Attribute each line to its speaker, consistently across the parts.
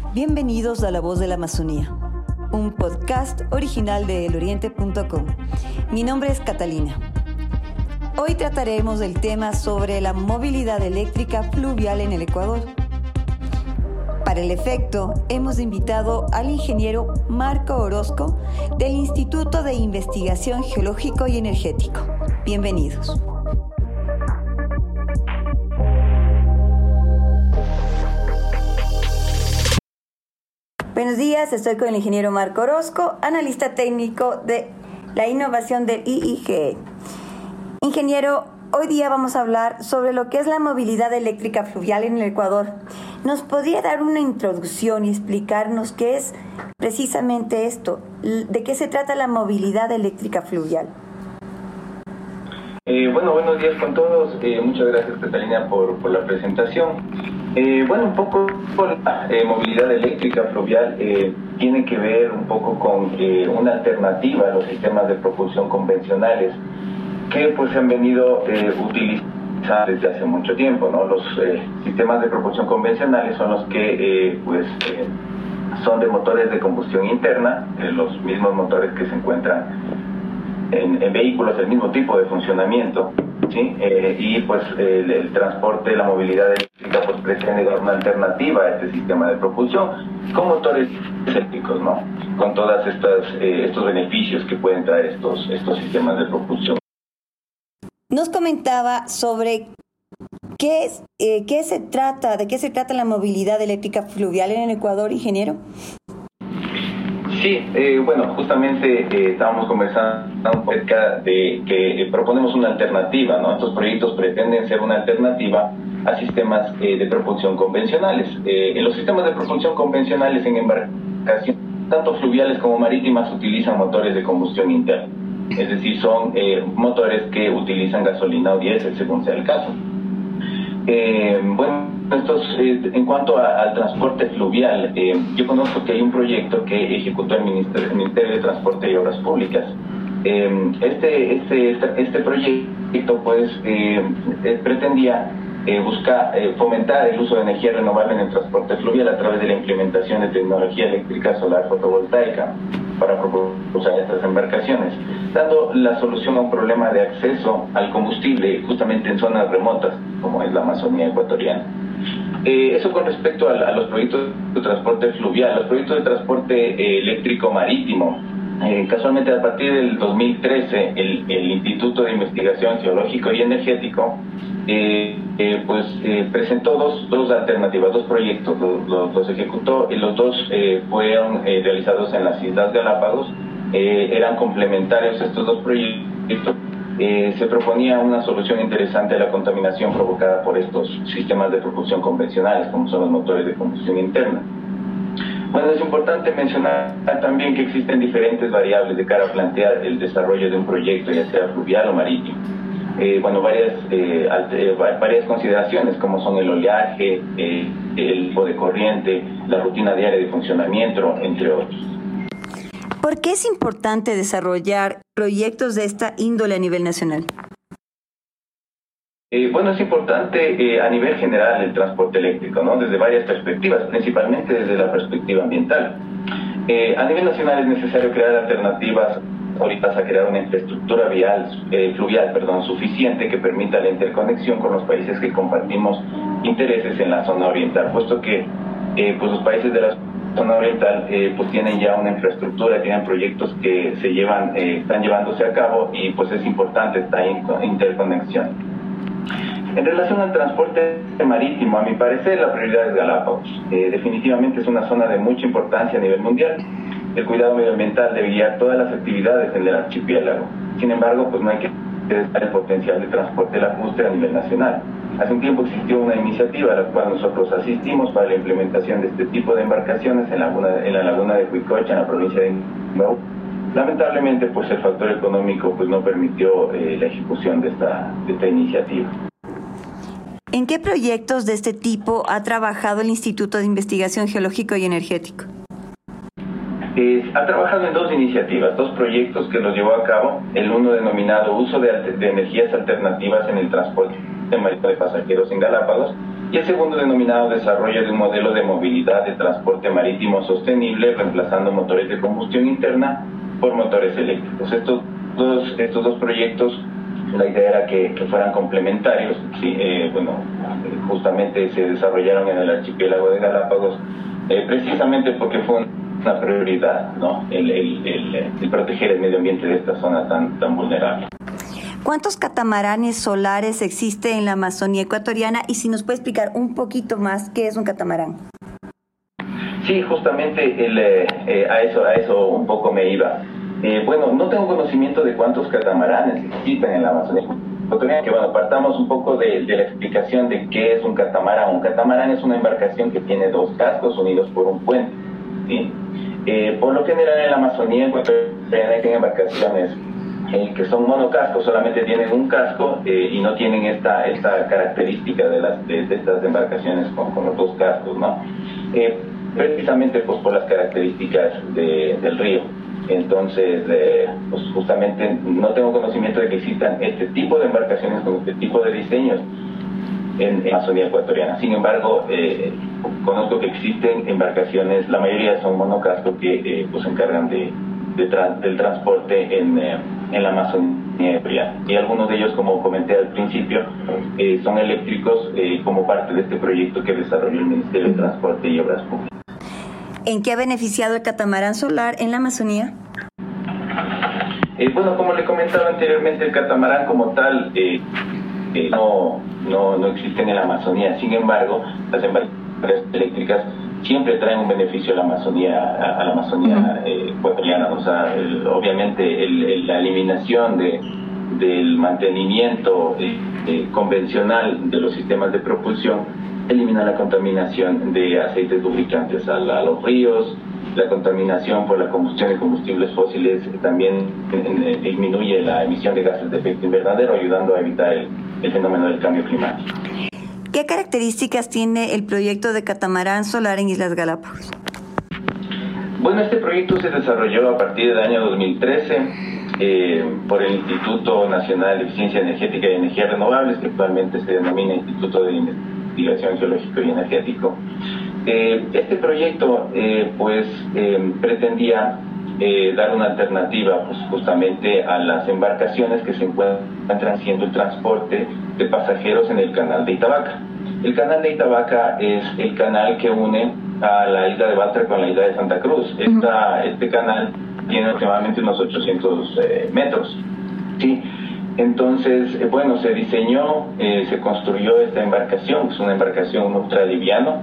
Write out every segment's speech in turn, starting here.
Speaker 1: Bienvenidos a La Voz de la Amazonía, un podcast original de eloriente.com. Mi nombre es Catalina. Hoy trataremos del tema sobre la movilidad eléctrica fluvial en el Ecuador. Para el efecto, hemos invitado al ingeniero Marco Orozco del Instituto de Investigación Geológico y Energético. Bienvenidos. Buenos días, estoy con el ingeniero Marco Orozco, analista técnico de la innovación del IIGE. Ingeniero, hoy día vamos a hablar sobre lo que es la movilidad eléctrica fluvial en el Ecuador. ¿Nos podría dar una introducción y explicarnos qué es precisamente esto? ¿De qué se trata la movilidad eléctrica fluvial?
Speaker 2: Buenos días con todos. Muchas gracias, Catalina, por la presentación. Un poco la movilidad eléctrica fluvial tiene que ver un poco con una alternativa a los sistemas de propulsión convencionales que pues se han venido utilizando desde hace mucho tiempo, ¿no? Los sistemas de propulsión convencionales son los que son de motores de combustión interna, los mismos motores que se encuentran en vehículos, el mismo tipo de funcionamiento, ¿sí? Y pues el transporte, la movilidad eléctrica pues pretende dar una alternativa a este sistema de propulsión con motores eléctricos, ¿no? Con todas estos beneficios que pueden traer estos sistemas de propulsión.
Speaker 1: Nos comentaba sobre de qué se trata la movilidad eléctrica fluvial en el Ecuador, ingeniero.
Speaker 2: Sí, justamente estábamos conversando acerca de que proponemos una alternativa, ¿no? Estos proyectos pretenden ser una alternativa a sistemas de propulsión convencionales. En los sistemas de propulsión convencionales en embarcación, tanto fluviales como marítimas, utilizan motores de combustión interna. Es decir, son motores que utilizan gasolina o diésel, según sea el caso. En cuanto al transporte fluvial, yo conozco que hay un proyecto que ejecutó el Ministerio de Transporte y Obras Públicas. Este proyecto pretendía buscar fomentar el uso de energía renovable en el transporte fluvial a través de la implementación de tecnología eléctrica solar fotovoltaica para propulsar estas embarcaciones, dando la solución a un problema de acceso al combustible justamente en zonas remotas, como es la Amazonía ecuatoriana. Eso con respecto a los proyectos de transporte fluvial. Los proyectos de transporte eléctrico marítimo, casualmente a partir del 2013, el Instituto de Investigación Geológico y Energético presentó dos alternativas, dos proyectos, los ejecutó y los dos fueron realizados en las Islas Galápagos. Eran complementarios estos dos proyectos. Se proponía una solución interesante a la contaminación provocada por estos sistemas de propulsión convencionales, como son los motores de combustión interna. Es importante mencionar también que existen diferentes variables de cara a plantear el desarrollo de un proyecto, ya sea fluvial o marítimo. Varias consideraciones, como son el oleaje, el tipo de corriente, la rutina diaria de funcionamiento, entre otros.
Speaker 1: ¿Por qué es importante desarrollar proyectos de esta índole a nivel nacional?
Speaker 2: Es importante a nivel general el transporte eléctrico, ¿no? Desde varias perspectivas, principalmente desde la perspectiva ambiental. A nivel nacional es necesario crear alternativas ahorita a crear una infraestructura fluvial suficiente que permita la interconexión con los países que compartimos intereses en la zona oriental, puesto que los países de la zona oriental tienen ya una infraestructura, tienen proyectos que están llevándose a cabo y pues es importante esta interconexión. En relación al transporte marítimo, a mi parecer la prioridad es Galápagos. Definitivamente es una zona de mucha importancia a nivel mundial. El cuidado medioambiental debe guiar todas las actividades en el archipiélago. Sin embargo, no hay que desdeñar el potencial de transporte lacustre a nivel nacional. Hace un tiempo existió una iniciativa a la cual nosotros asistimos para la implementación de este tipo de embarcaciones en la laguna de Huicocha, en la provincia de Nuevo. Lamentablemente, el factor económico no permitió la ejecución de esta iniciativa.
Speaker 1: ¿En qué proyectos de este tipo ha trabajado el Instituto de Investigación Geológico y Energético?
Speaker 2: Ha trabajado en dos iniciativas, dos proyectos que los llevó a cabo. El uno denominado Uso de energías alternativas en el transporte marítimo de pasajeros en Galápagos, y el segundo denominado desarrollo de un modelo de movilidad de transporte marítimo sostenible, reemplazando motores de combustión interna por motores eléctricos. Estos dos proyectos, la idea era que fueran complementarios, ¿sí? Justamente se desarrollaron en el archipiélago de Galápagos, precisamente porque fue una prioridad, ¿no? El proteger el medio ambiente de esta zona tan vulnerable.
Speaker 1: ¿Cuántos catamaranes solares existen en la Amazonía ecuatoriana? Y si nos puede explicar un poquito más qué es un catamarán.
Speaker 2: Sí, justamente a eso un poco me iba. No tengo conocimiento de cuántos catamaranes existen en la Amazonía ecuatoriana, que partamos un poco de la explicación de qué es un catamarán. Un catamarán es una embarcación que tiene dos cascos unidos por un puente, ¿sí? Por lo general en la Amazonía ecuatoriana hay embarcaciones que son monocascos, solamente tienen un casco y no tienen esta característica de estas embarcaciones con los dos cascos, ¿no? Precisamente pues por las características del río. Entonces, pues justamente no tengo conocimiento de que existan este tipo de embarcaciones con este tipo de diseños en la Amazonía ecuatoriana. Sin embargo, conozco que existen embarcaciones, la mayoría son monocasco, que pues se encargan del transporte en la Amazonía ecuatoriana. Y algunos de ellos, como comenté al principio, son eléctricos como parte de este proyecto que desarrolló el Ministerio de Transporte y Obras Públicas.
Speaker 1: ¿En qué ha beneficiado el catamarán solar en la Amazonía?
Speaker 2: Como le comentaba anteriormente, el catamarán como tal no existe en la Amazonía. Sin embargo, las embarcaciones eléctricas siempre traen un beneficio a la Amazonía ecuatoriana. O sea, obviamente la eliminación del mantenimiento convencional de los sistemas de propulsión elimina la contaminación de aceites lubricantes a los ríos, la contaminación por la combustión de combustibles fósiles también disminuye la emisión de gases de efecto invernadero, ayudando a evitar el fenómeno del cambio climático.
Speaker 1: ¿Qué características tiene el proyecto de catamarán solar en Islas Galápagos?
Speaker 2: Este proyecto se desarrolló a partir del año 2013 por el Instituto Nacional de Eficiencia Energética y Energías Renovables, que actualmente se denomina Instituto de Investigación Geológico y Energético. Este proyecto pretendía dar una alternativa justamente a las embarcaciones que se encuentran haciendo el transporte de pasajeros en el canal de Ithabaca. El canal de Ithabaca es el canal que une a la isla de Baltra con la isla de Santa Cruz. Este canal tiene aproximadamente unos 800 metros. ¿Sí? Entonces, se diseñó, se construyó esta embarcación, es una embarcación ultraliviano.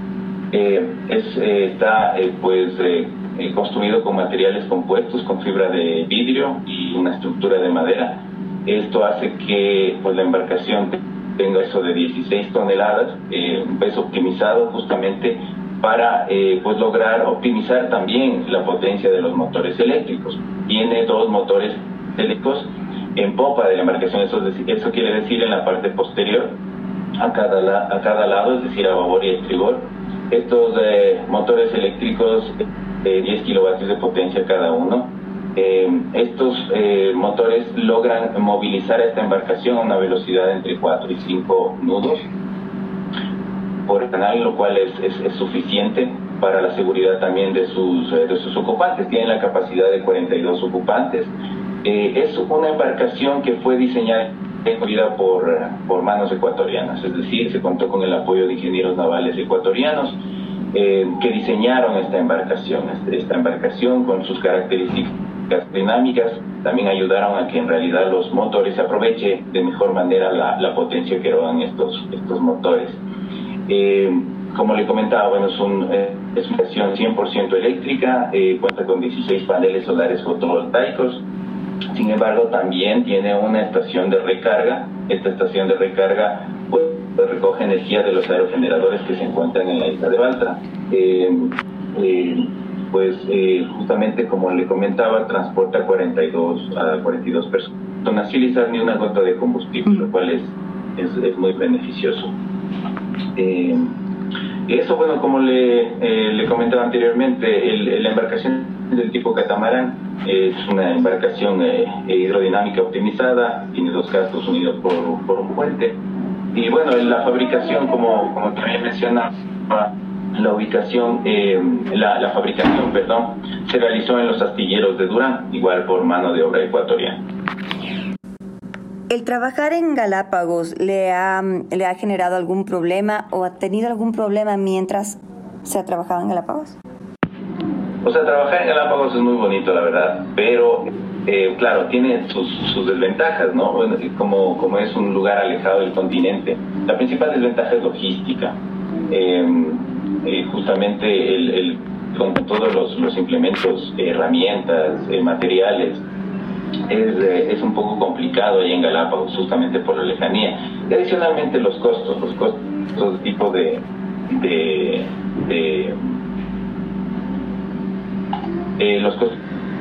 Speaker 2: Está construido con materiales compuestos, con fibra de vidrio y una estructura de madera. Esto hace que la embarcación tenga peso de 16 toneladas, un peso optimizado justamente para lograr optimizar también la potencia de los motores eléctricos. Tiene dos motores eléctricos en popa de la embarcación, eso quiere decir en la parte posterior, a cada lado, es decir, a babor y a estribor. Estos motores eléctricos, 10 kilovatios de potencia cada uno. Estos motores logran movilizar a esta embarcación a una velocidad entre 4 y 5 nudos por canal, lo cual es suficiente para la seguridad también de sus ocupantes. Tienen la capacidad de 42 ocupantes. Es una embarcación que fue diseñada y construida por manos ecuatorianas, es decir, se contó con el apoyo de ingenieros navales ecuatorianos que diseñaron esta embarcación con sus características dinámicas. También ayudaron a que en realidad los motores se aproveche de mejor manera la potencia que erogan estos motores. Como le comentaba, es una estación 100% eléctrica, cuenta con 16 paneles solares fotovoltaicos. Sin embargo, también tiene una estación de recarga. Esta estación de recarga recoge energía de los aerogeneradores que se encuentran en la isla de Baltra. Justamente como le comentaba, transporta 42 personas sin utilizar ni una gota de combustible, lo cual es muy beneficioso. Eso, como le comentaba anteriormente, la embarcación del tipo catamarán es una embarcación hidrodinámica optimizada, tiene dos cascos unidos por un puente. Y bueno, en la fabricación, como también mencionaba, la ubicación, la fabricación, se realizó en los astilleros de Durán, igual por mano de obra ecuatoriana.
Speaker 1: ¿El trabajar en Galápagos le ha generado algún problema o ha tenido algún problema mientras se ha trabajado en Galápagos?
Speaker 2: O sea, trabajar en Galápagos es muy bonito, la verdad, pero claro, tiene sus desventajas, ¿no? Bueno, como es un lugar alejado del continente, la principal desventaja es logística. Justamente con todos los implementos, herramientas, materiales, es un poco complicado ahí en Galápagos, justamente por la lejanía. Y adicionalmente los costos de tipo los costos.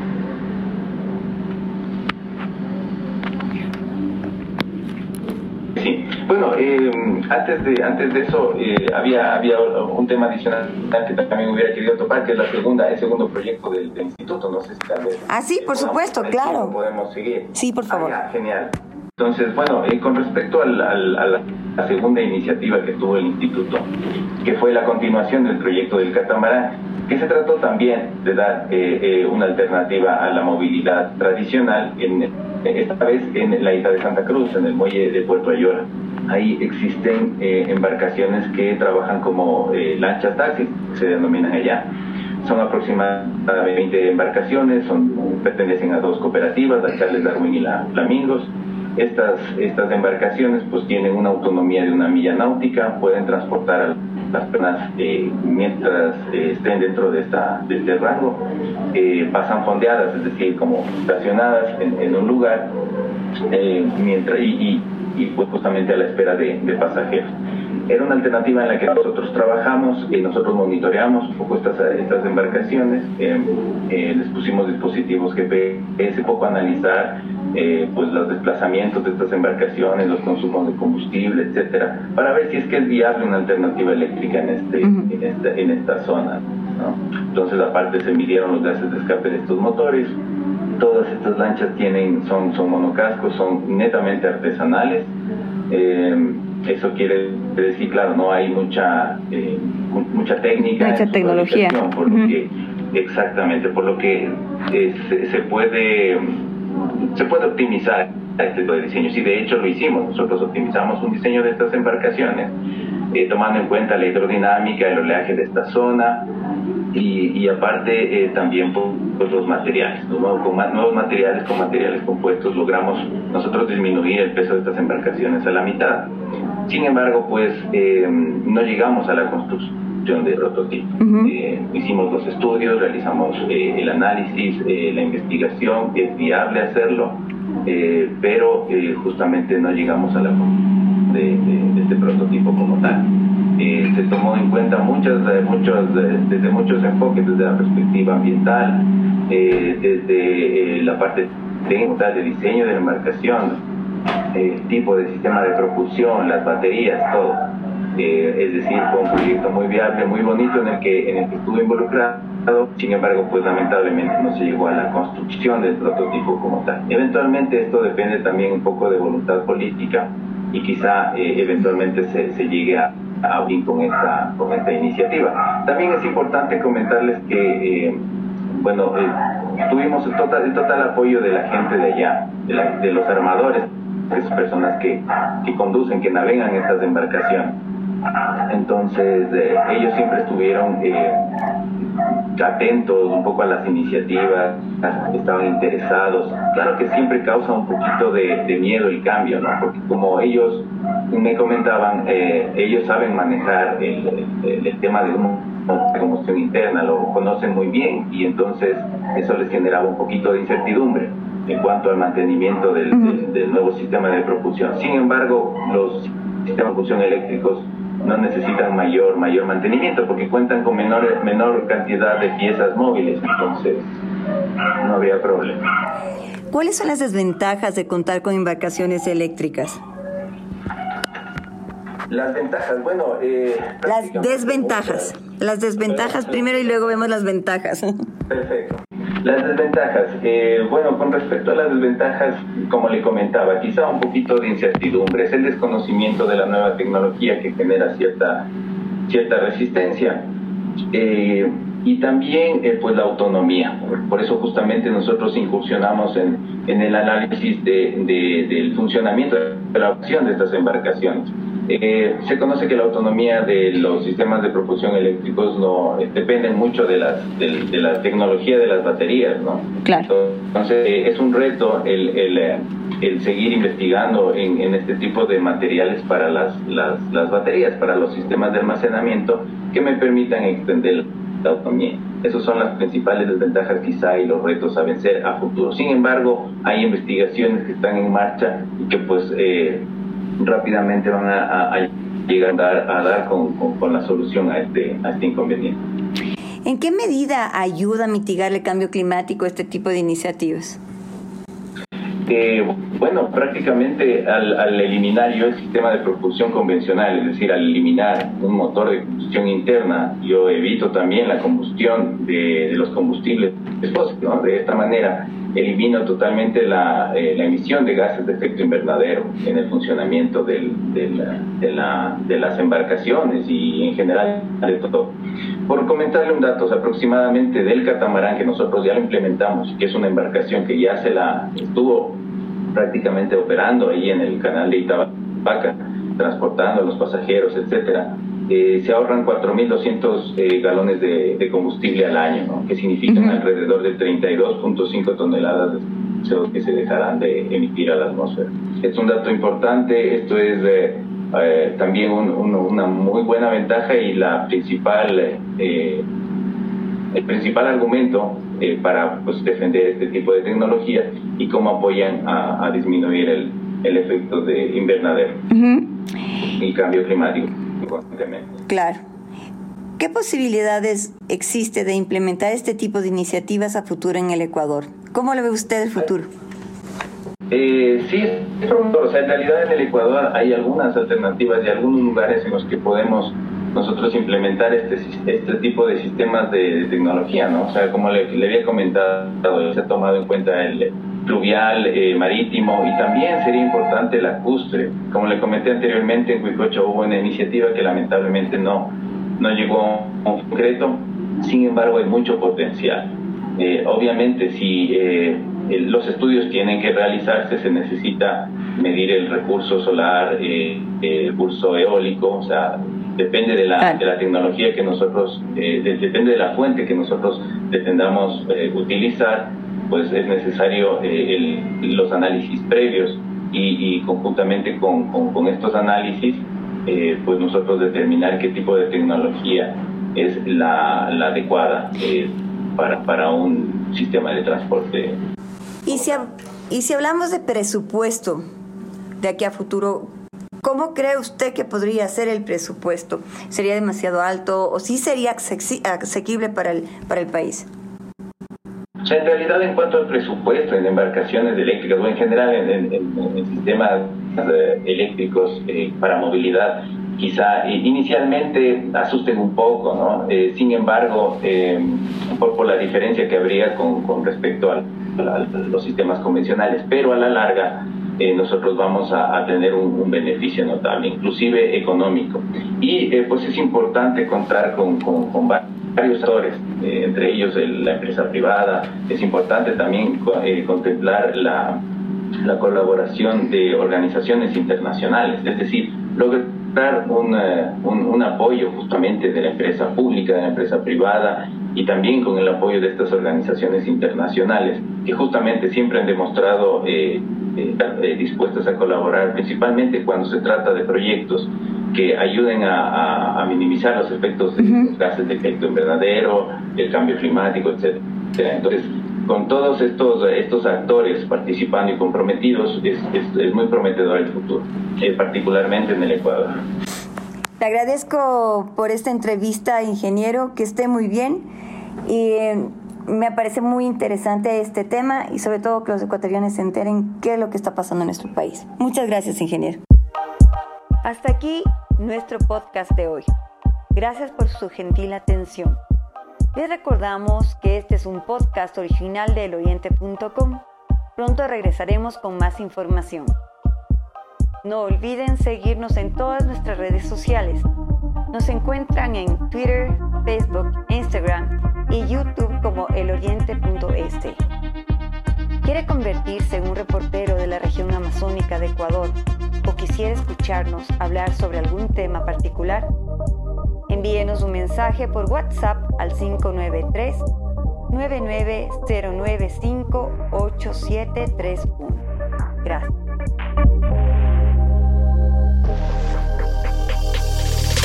Speaker 2: Sí, bueno, antes de eso había un tema adicional que también hubiera querido topar, que es el segundo proyecto del instituto. No sé si tal vez.
Speaker 1: Ah, sí, por supuesto, claro.
Speaker 2: Podemos seguir.
Speaker 1: Sí, por favor.
Speaker 2: Genial. Entonces, bueno, con respecto a la segunda iniciativa que tuvo el instituto, que fue la continuación del proyecto del catamarán, que se trató también de dar una alternativa a la movilidad tradicional, esta vez en la isla de Santa Cruz, en el muelle de Puerto Ayora. Ahí existen embarcaciones que trabajan como lanchas taxis, se denominan allá. Son aproximadamente 20 embarcaciones, pertenecen a 2 cooperativas, la Charles Darwin y la Flamingos. Estas embarcaciones pues tienen una autonomía de 1 milla náutica, pueden transportar a las personas mientras estén dentro de este rango, pasan fondeadas, es decir, como estacionadas en un lugar, mientras y pues justamente a la espera de pasajeros. Era una alternativa en la que nosotros trabajamos y nosotros monitoreamos un poco estas embarcaciones, les pusimos dispositivos GPS, un poco analizar pues los desplazamientos de estas embarcaciones, los consumos de combustible, etcétera, para ver si es que es viable una alternativa eléctrica en esta zona, ¿no? Entonces, aparte se midieron los gases de escape de estos motores. Todas estas lanchas son monocascos, son netamente artesanales. Eso quiere decir, claro, no hay mucha técnica,
Speaker 1: mucha tecnología,
Speaker 2: por lo que, exactamente, por lo que se puede optimizar este tipo de diseños, y de hecho lo hicimos. Nosotros optimizamos un diseño de estas embarcaciones tomando en cuenta la hidrodinámica, el oleaje de esta zona, y aparte también pues los materiales, con nuevos materiales, con materiales compuestos, logramos nosotros disminuir el peso de estas embarcaciones a la mitad. Sin embargo, pues no llegamos a la construcción de prototipo. Hicimos los estudios, realizamos el análisis, la investigación, es viable hacerlo, pero justamente no llegamos a la construcción de este prototipo como tal. Se tomó en cuenta desde muchos enfoques, desde la perspectiva ambiental, desde la parte técnica de diseño de la embarcación, tipo de sistema de propulsión, las baterías, todo. Es decir, fue un proyecto muy viable, muy bonito, en el que estuve involucrado. Sin embargo, pues lamentablemente no se llegó a la construcción del prototipo como tal. Eventualmente esto depende también un poco de voluntad política, y quizá eventualmente se llegue a abrir con esta iniciativa. También es importante comentarles que tuvimos el total apoyo de la gente de allá, de los armadores, de esas personas que conducen, que navegan estas embarcaciones. Entonces ellos siempre estuvieron atentos un poco a las iniciativas, estaban interesados. Claro que siempre causa un poquito de miedo el cambio, ¿no? Porque como ellos me comentaban, ellos saben manejar el tema de combustión interna, lo conocen muy bien, y entonces eso les generaba un poquito de incertidumbre en cuanto al mantenimiento del nuevo sistema de propulsión. Sin embargo, los sistemas de propulsión eléctricos no necesitan mayor mantenimiento, porque cuentan con menor cantidad de piezas móviles, entonces no había problema.
Speaker 1: ¿Cuáles son las desventajas de contar con embarcaciones eléctricas?
Speaker 2: Las ventajas,
Speaker 1: las desventajas. Las desventajas primero y luego vemos las ventajas.
Speaker 2: Perfecto. Las desventajas. Bueno, con respecto a las desventajas, como le comentaba, quizá un poquito de incertidumbre. Es el desconocimiento de la nueva tecnología que genera cierta resistencia. Y también pues la autonomía. Por eso justamente nosotros incursionamos en el análisis del funcionamiento de la operación de estas embarcaciones. Se conoce que la autonomía de los sistemas de propulsión eléctricos no dependen mucho de la tecnología de las baterías, ¿no?
Speaker 1: Claro.
Speaker 2: Entonces es un reto el seguir investigando en este tipo de materiales para las baterías, para los sistemas de almacenamiento que me permitan extender la autonomía. Esas son las principales desventajas quizá y los retos a vencer a futuro. Sin embargo, hay investigaciones que están en marcha y que pues rápidamente van a llegar a dar con la solución a este inconveniente.
Speaker 1: ¿En qué medida ayuda a mitigar el cambio climático este tipo de iniciativas?
Speaker 2: Bueno, prácticamente al eliminar yo el sistema de propulsión convencional, es decir, al eliminar un motor de combustión interna, yo evito también la combustión de los combustibles fósiles, ¿no? De esta manera elimino totalmente la emisión de gases de efecto invernadero en el funcionamiento de las embarcaciones y en general de todo. Por comentarle un dato, aproximadamente del catamarán que nosotros ya lo implementamos, que es una embarcación que ya estuvo prácticamente operando ahí en el canal de Itabaca, transportando a los pasajeros, etcétera, se ahorran 4.200 galones de combustible al año, ¿no? Que significan alrededor de 32.5 toneladas de CO2 que se dejarán de emitir a la atmósfera. Es un dato importante, esto es también una muy buena ventaja y el principal argumento para pues, defender este tipo de tecnología y cómo apoyan a disminuir el efecto de invernadero y cambio climático.
Speaker 1: Claro. ¿Qué posibilidades existe de implementar este tipo de iniciativas a futuro en el Ecuador? ¿Cómo lo ve usted el futuro?
Speaker 2: Sí, o sea, en realidad en el Ecuador hay algunas alternativas y algunos lugares en los que podemos nosotros implementar este tipo de sistemas de tecnología, ¿no? O sea, como le había comentado, se ha tomado en cuenta el fluvial, marítimo, y también sería importante el lacustre. Como le comenté anteriormente, en Huicocho hubo una iniciativa que lamentablemente no llegó a un concreto, sin embargo hay mucho potencial. Obviamente si los estudios tienen que realizarse, se necesita medir el recurso solar, el recurso eólico, o sea, depende de la tecnología que nosotros, depende de la fuente que nosotros pretendamos utilizar, pues es necesario los análisis previos y conjuntamente con estos análisis, pues nosotros determinar qué tipo de tecnología es la adecuada para un sistema de transporte.
Speaker 1: Y si hablamos de presupuesto de aquí a futuro, ¿cómo cree usted que podría ser el presupuesto? ¿Sería demasiado alto o sí sería asequible para el país?
Speaker 2: O sea, en realidad, en cuanto al presupuesto en embarcaciones eléctricas o en general en sistemas eléctricos para movilidad, quizá inicialmente asusten un poco, ¿no? Sin embargo, por la diferencia que habría con respecto a los sistemas convencionales, pero a la larga nosotros vamos a tener un beneficio notable, inclusive económico. Y pues es importante contar con varios actores, entre ellos la empresa privada. Es importante también contemplar la colaboración de organizaciones internacionales, es decir, lograr un apoyo justamente de la empresa pública, de la empresa privada y también con el apoyo de estas organizaciones internacionales que justamente siempre han demostrado dispuestas a colaborar, principalmente cuando se trata de proyectos que ayuden a minimizar los efectos de los gases de efecto invernadero, el cambio climático, etc. Entonces, con todos estos actores participando y comprometidos, es muy prometedor el futuro, particularmente en el Ecuador.
Speaker 1: Le agradezco por esta entrevista, ingeniero, que esté muy bien. Y me parece muy interesante este tema y sobre todo que los ecuatorianos se enteren qué es lo que está pasando en nuestro país. Muchas gracias, ingeniero. Hasta aquí nuestro podcast de hoy. Gracias por su gentil atención. Les recordamos que este es un podcast original de eloriente.com. Pronto regresaremos con más información. No olviden seguirnos en todas nuestras redes sociales. Nos encuentran en Twitter, Facebook, Instagram y YouTube como eloriente.es. ¿Quiere convertirse en un reportero de la región amazónica de Ecuador o quisiera escucharnos hablar sobre algún tema particular? Envíenos un mensaje por WhatsApp al 593-99095-8731. Gracias.